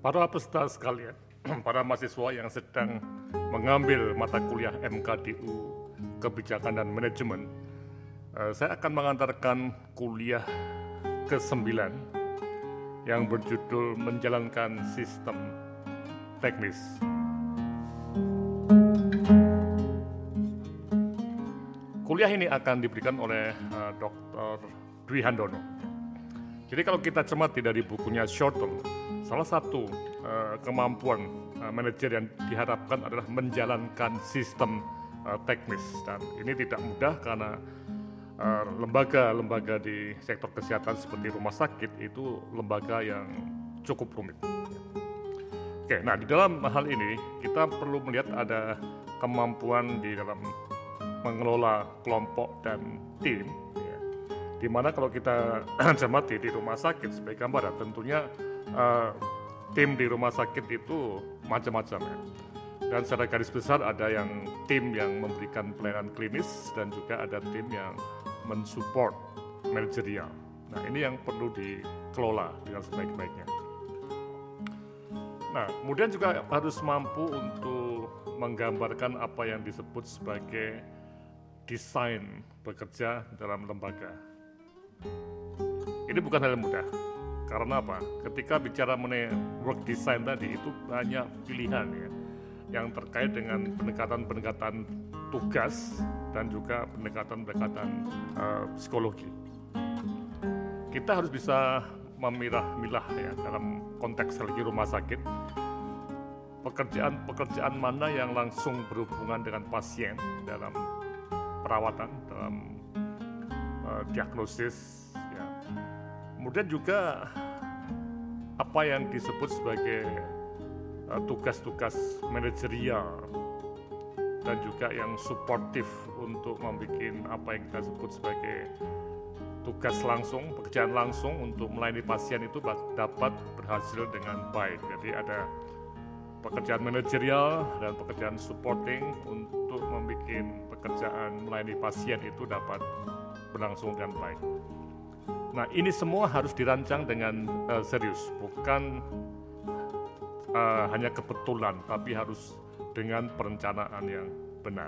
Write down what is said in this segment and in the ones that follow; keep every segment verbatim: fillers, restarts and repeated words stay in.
Para peserta sekalian, para mahasiswa yang sedang mengambil mata kuliah M K D U Kebijakan dan Manajemen, saya akan mengantarkan kuliah kesembilan yang berjudul Menjalankan Sistem Teknis. Kuliah ini akan diberikan oleh uh, Doktor Dwi Handono. Jadi kalau kita cermati dari bukunya Shortle, salah satu uh, kemampuan uh, manajer yang diharapkan adalah menjalankan sistem uh, teknis, dan ini tidak mudah karena uh, lembaga-lembaga di sektor kesehatan seperti rumah sakit itu lembaga yang cukup rumit. Oke, nah di dalam hal ini kita perlu melihat ada kemampuan di dalam mengelola kelompok dan tim, ya. Dimana kalau kita cermati di rumah sakit sebagai gambaran, tentunya uh, tim di rumah sakit itu macam-macam, ya. Dan secara garis besar ada yang tim yang memberikan pelayanan klinis dan juga ada tim yang mensupport manajerial. Nah, ini yang perlu dikelola dengan sebaik-baiknya. Nah, kemudian juga harus mampu untuk menggambarkan apa yang disebut sebagai desain bekerja dalam lembaga. Ini bukan hal yang mudah. Karena apa? Ketika bicara mengenai work design tadi, itu banyak pilihan, ya, yang terkait dengan pendekatan-pendekatan tugas dan juga pendekatan-pendekatan uh, psikologi. Kita harus bisa memilah-milah, ya, dalam konteks lagi rumah sakit, pekerjaan-pekerjaan mana yang langsung berhubungan dengan pasien dalam perawatan, dalam uh, diagnosis, ya. Kemudian juga apa yang disebut sebagai uh, tugas-tugas manajerial dan juga yang suportif untuk membuat apa yang kita sebut sebagai tugas langsung, pekerjaan langsung untuk melayani pasien itu dapat berhasil dengan baik. Jadi ada pekerjaan manajerial dan pekerjaan supporting untuk membuat pekerjaan melayani pasien itu dapat berlangsung dengan baik. Nah, ini semua harus dirancang dengan uh, serius, bukan uh, hanya kebetulan, tapi harus dengan perencanaan yang benar.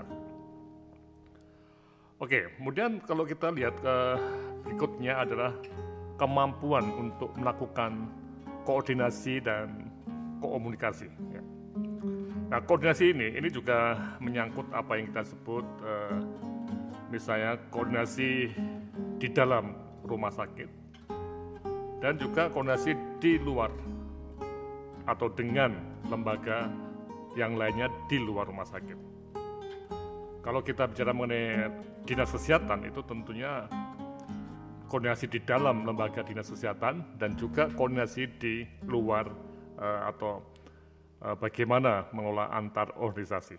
Oke, kemudian kalau kita lihat uh, berikutnya adalah kemampuan untuk melakukan koordinasi dan komunikasi, ya. Nah, koordinasi ini ini juga menyangkut apa yang kita sebut uh, misalnya koordinasi di dalam rumah sakit dan juga koordinasi di luar atau dengan lembaga yang lainnya di luar rumah sakit. Kalau kita bicara mengenai dinas kesehatan, itu tentunya koordinasi di dalam lembaga dinas kesehatan dan juga koordinasi di luar uh, atau uh, bagaimana mengelola antar organisasi.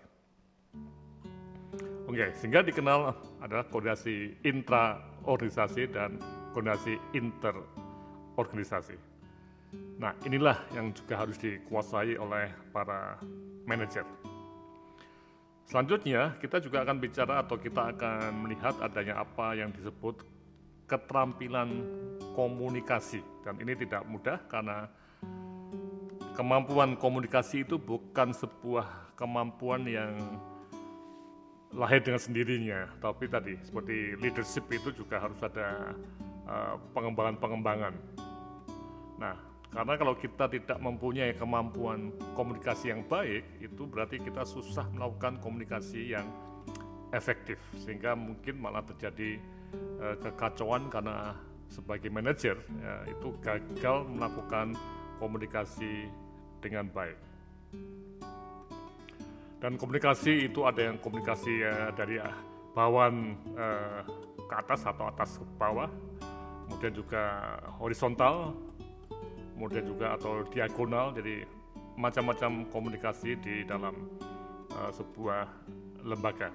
Oke, sehingga dikenal adalah koordinasi intra-organisasi dan koordinasi inter-organisasi. Nah, inilah yang juga harus dikuasai oleh para manajer. Selanjutnya, kita juga akan bicara atau kita akan melihat adanya apa yang disebut keterampilan komunikasi. Dan ini tidak mudah karena kemampuan komunikasi itu bukan sebuah kemampuan yang lahir dengan sendirinya, tapi tadi seperti leadership itu juga harus ada uh, pengembangan-pengembangan. Nah, karena kalau kita tidak mempunyai kemampuan komunikasi yang baik, itu berarti kita susah melakukan komunikasi yang efektif, sehingga mungkin malah terjadi uh, kekacauan karena sebagai manajer ya, itu gagal melakukan komunikasi dengan baik. Dan komunikasi itu ada yang komunikasi uh, dari uh, bawahan uh, ke atas atau atas ke bawah, kemudian juga horizontal, kemudian juga atau diagonal, jadi macam-macam komunikasi di dalam uh, sebuah lembaga.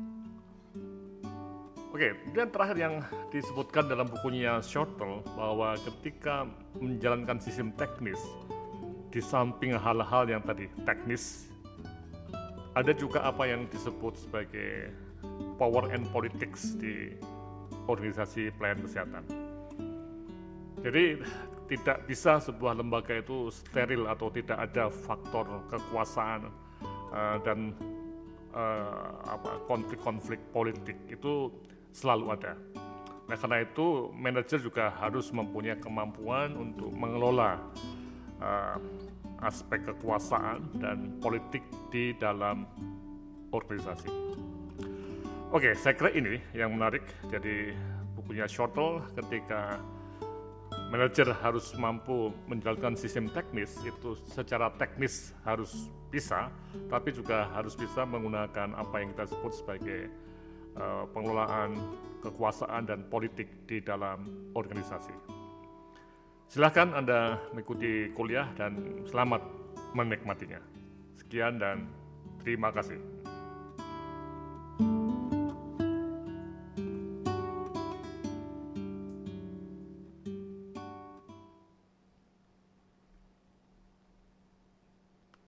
Oke, dan terakhir yang disebutkan dalam bukunya Shortle bahwa ketika menjalankan sistem teknis, di samping hal-hal yang tadi teknis, ada juga apa yang disebut sebagai power and politics di organisasi pelayanan kesehatan. Jadi tidak bisa sebuah lembaga itu steril atau tidak ada faktor kekuasaan uh, dan uh, apa, konflik-konflik politik itu selalu ada. Nah, karena itu manajer juga harus mempunyai kemampuan untuk mengelola uh, aspek kekuasaan dan politik di dalam organisasi. Oke, saya kira ini yang menarik. Jadi bukunya Shortle, ketika manajer harus mampu menjalankan sistem teknis, itu secara teknis harus bisa, tapi juga harus bisa menggunakan apa yang kita sebut sebagai uh, pengelolaan kekuasaan dan politik di dalam organisasi. Silakan Anda mengikuti kuliah dan selamat menikmatinya. Sekian dan terima kasih.